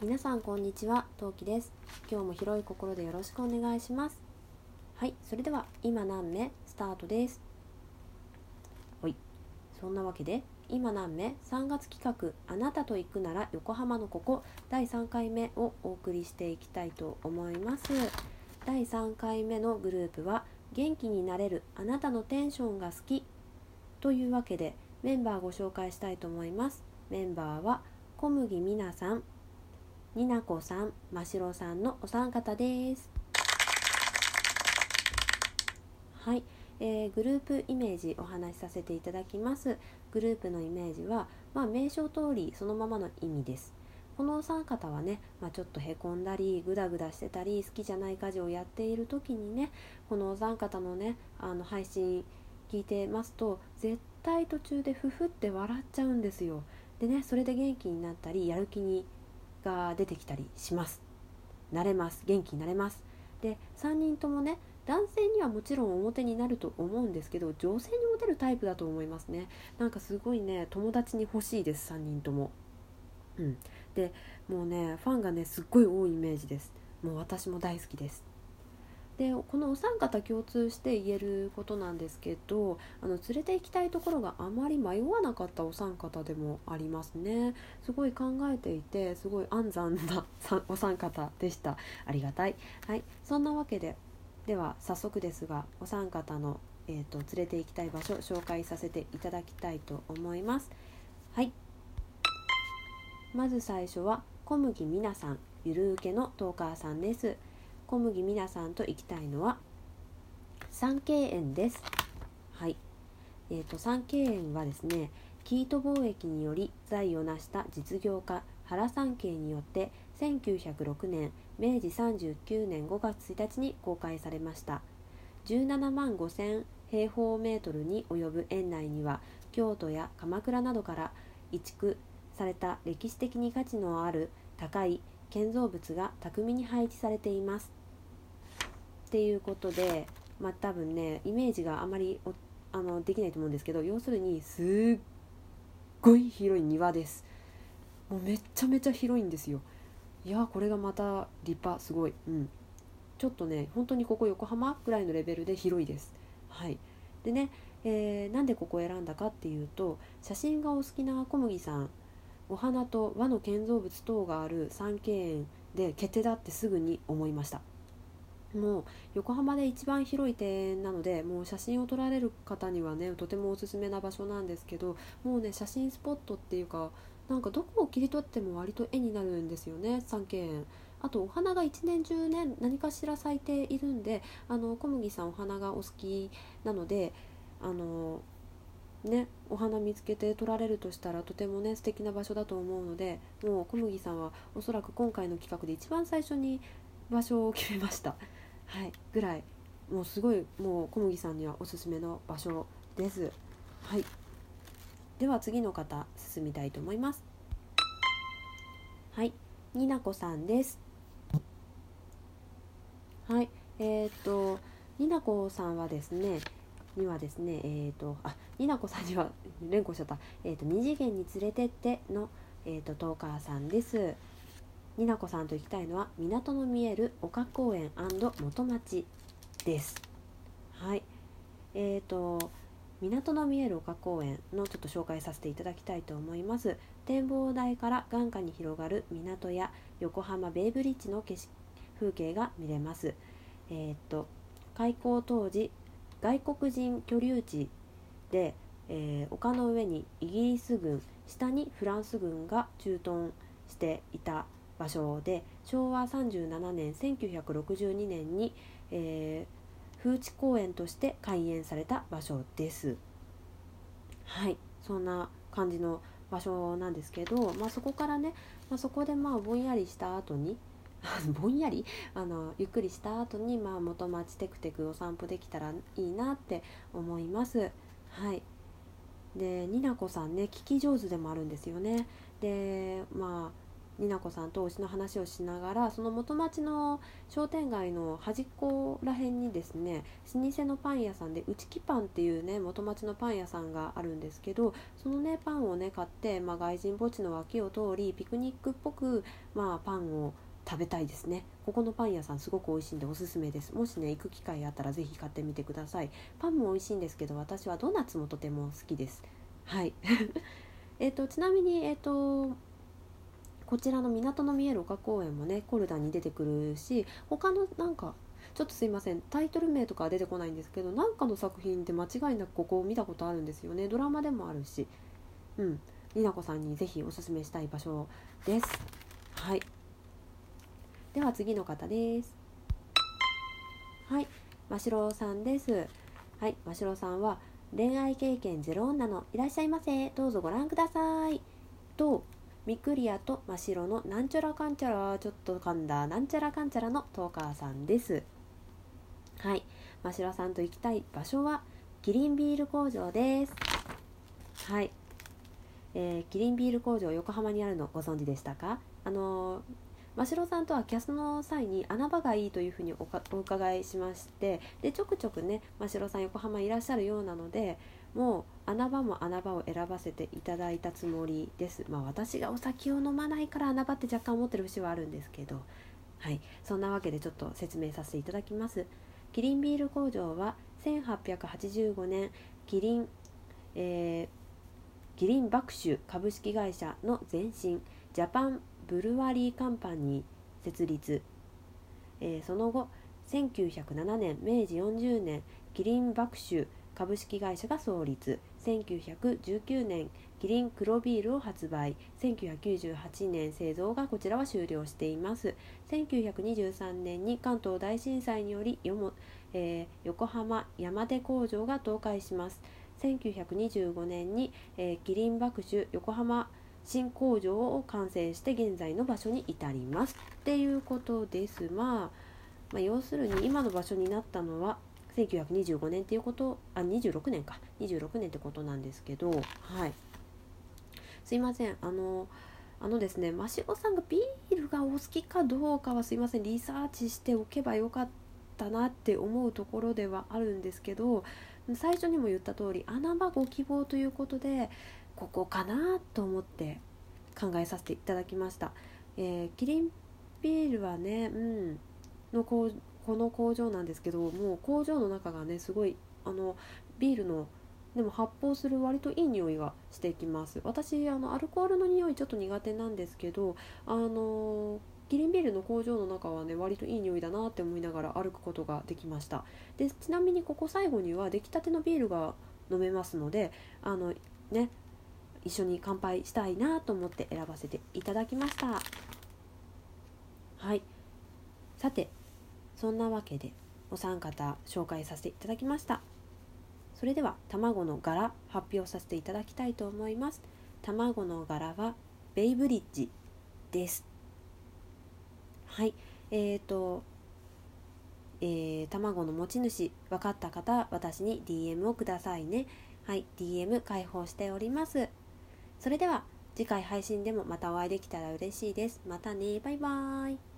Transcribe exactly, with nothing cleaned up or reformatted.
皆さんこんにちは、トウキです。今日も広い心でよろしくお願いします。はい、それでは今何目スタートです。はい、そんなわけで今何目さんがつ企画あなたと行くなら横浜のここだいさんかいめをお送りしていきたいと思います。だいさんかいめのグループは元気になれるあなたのテンションが好きというわけでメンバーご紹介したいと思います。メンバーは小麦みなさん、になこさん、ましろさんのお三方です。はい、えー、グループイメージお話しさせていただきます。グループのイメージは、まあ、名称通りそのままの意味です。このお三方はね、まあ、ちょっとへこんだりグダグダしてたり好きじゃない家事をやっている時にね、このお三方のねあの配信聞いてますと絶対途中でふふって笑っちゃうんですよ。でね、それで元気になったりやる気にが出てきたりします。なれます。元気になれます。で、さんにんともね、男性にはもちろん表になると思うんですけど、女性にモテるタイプだと思いますね。なんかすごいね、友達に欲しいです、さんにんとも。うん。で、もうね、ファンがね、すっごい多いイメージです。もう私も大好きです。でこのお三方共通して言えることなんですけど、あの連れて行きたいところがあまり迷わなかったお三方でもありますね。すごい考えていてすごい安産なお三方でした。ありがたい。はい、そんなわけででは早速ですがお三方の、えーと、連れて行きたい場所紹介させていただきたいと思います。はい、まず最初は小麦みなさん、ゆるうけのトーカーさんです。小麦みなさんと行きたいのは三渓園です。はい、えーと、三渓園はですね、生糸貿易により財を成した実業家原三渓によってせんきゅうひゃくろくねんめいじさんじゅうきゅうねんごがつついたちに公開されました。じゅうななまんごせん平方メートルに及ぶ園内には京都や鎌倉などから移築された歴史的に価値のある高い建造物が巧みに配置されていますっていうことで、まあ多分ねイメージがあまりあのできないと思うんですけど、要するにすっごい広い庭です。もうめちゃめちゃ広いんですよ。いやこれがまた立派、すごい、うん、ちょっとね本当にここ横浜ぐらいのレベルで広いです。はい。でね、えー、なんでここを選んだかっていうと、写真がお好きな小麦さん、お花と和の建造物等がある三渓園で決定だってすぐに思いました。もう横浜で一番広い庭園なので、もう写真を撮られる方にはねとてもおすすめな場所なんですけど、もうね写真スポットっていうか、なんかどこを切り取っても割と絵になるんですよね、三景園。あとお花が一年中ね何かしら咲いているんで、あの小麦さんお花がお好きなので、あのねお花見つけて撮られるとしたらとてもね素敵な場所だと思うので、もう小麦さんはおそらく今回の企画で一番最初に場所を決めました。はい、ぐらいもうすごい、もう小麦さんにはおすすめの場所です。はい、では次の方進みたいと思います。はい、になこさんです。はい、えー、っとになこさんはですねにはですねえー、っとあになこさんには連呼しちゃった。えー、っと二次元に連れてっての、えー、っとトーカーさんです。になこさんと行きたいのは港の見える丘公園元町です。はい、えーと港の見える丘公園のちょっと紹介させていただきたいと思います。展望台から眼下に広がる港や横浜ベイブリッジの景色風景が見れます。えーと開港当時外国人居留地で、えー丘の上にイギリス軍、下にフランス軍が駐屯していた場所で、しょうわさんじゅうななねんせんきゅうひゃくろくじゅうにねんに、えー、風致公園として開園された場所です。はい、そんな感じの場所なんですけど、まあ、そこからね、まあ、そこでまあぼんやりした後にぼんやりあのゆっくりした後に、まあ、元町テクテクお散歩できたらいいなって思います。はい。でになこさんね聞き上手でもあるんですよね。でまあになこさんと推しの話をしながら、その元町の商店街の端っこら辺にですね、老舗のパン屋さんで内木パンっていうね元町のパン屋さんがあるんですけど、そのねパンをね買って、まあ、外人墓地の脇を通りピクニックっぽく、まあ、パンを食べたいですね。ここのパン屋さんすごく美味しいんでおすすめです。もしね行く機会あったらぜひ買ってみてください。パンも美味しいんですけど、私はドーナツもとても好きです。はいえっとちなみにえっ、とこちらの港の見える丘公園もねコルダに出てくるし、他のなんかちょっとすいませんタイトル名とかは出てこないんですけど、なんかの作品で間違いなくここを見たことあるんですよね。ドラマでもあるし、うんになこさんにぜひおすすめしたい場所です。はい、では次の方です。はい、ましろさんです。はい、ましろさんは恋愛経験ゼロ女のいらっしゃいませ、どうぞご覧くださいと、ミクリアと真白のなんちゃらかんちゃら、ちょっと噛んだなんちゃらかんちゃらのトーカーさんです。はい、真白さんと行きたい場所はキリンビール工場です。はい、えー、キリンビール工場横浜にあるのご存知でしたか？あのー真城さんとはキャスの際に穴場がいいというふうに お, かお伺いしまして、でちょくちょくね真城さん横浜いらっしゃるようなので、もう穴場も穴場を選ばせていただいたつもりです。まあ私がお酒を飲まないから穴場って若干思ってる節はあるんですけど、はい、そんなわけでちょっと説明させていただきます。キリンビール工場はせんはっぴゃくはちじゅうごねんキリン、えー、キリン麦酒株式会社の前身ジャパンブルワリーカンパニー設立、えー、その後せんきゅうひゃくななねんめいじよんじゅうねんキリン麦酒株式会社が創立、せんきゅうひゃくじゅうきゅうねんキリン黒ビールを発売、せんきゅうひゃくきゅうじゅうはちねん製造がこちらは終了しています。せんきゅうひゃくにじゅうさんねんに関東大震災によりよも、えー、横浜山手工場が倒壊します。せんきゅうひゃくにじゅうごねんに、えー、キリン麦酒横浜新工場を完成して現在の場所に至りますっていうことです。まあ、まあ、要するに今の場所になったのはせんきゅうひゃくにじゅうごねんっていうことあにじゅうろくねんかにじゅうろくねんってことなんですけど、はい、すいませんあのあのですね真城さんがビールがお好きかどうかはすいませんリサーチしておけばよかったなって思うところではあるんですけど、最初にも言った通り穴場ご希望ということでここかなと思って考えさせていただきました。えー、キリンビールはね、うん、のここの工場なんですけど、もう工場の中がねすごいあのビールのでも発泡する割といい匂いがしてきます。私あのアルコールの匂いちょっと苦手なんですけど、あのキリンビールの工場の中はね割といい匂いだなって思いながら歩くことができました。でちなみにここ最後には出来たてのビールが飲めますので、あのね一緒に乾杯したいなと思って選ばせていただきました。はい、さてそんなわけでお三方紹介させていただきました。それでは卵の柄発表させていただきたいと思います。卵の柄はベイブリッジです。はい、えーと、えー、卵の持ち主分かった方私に ディーエム をくださいね。はい、ディーエム 開放しております。それでは次回配信でもまたお会いできたら嬉しいです。またね、バイバーイ。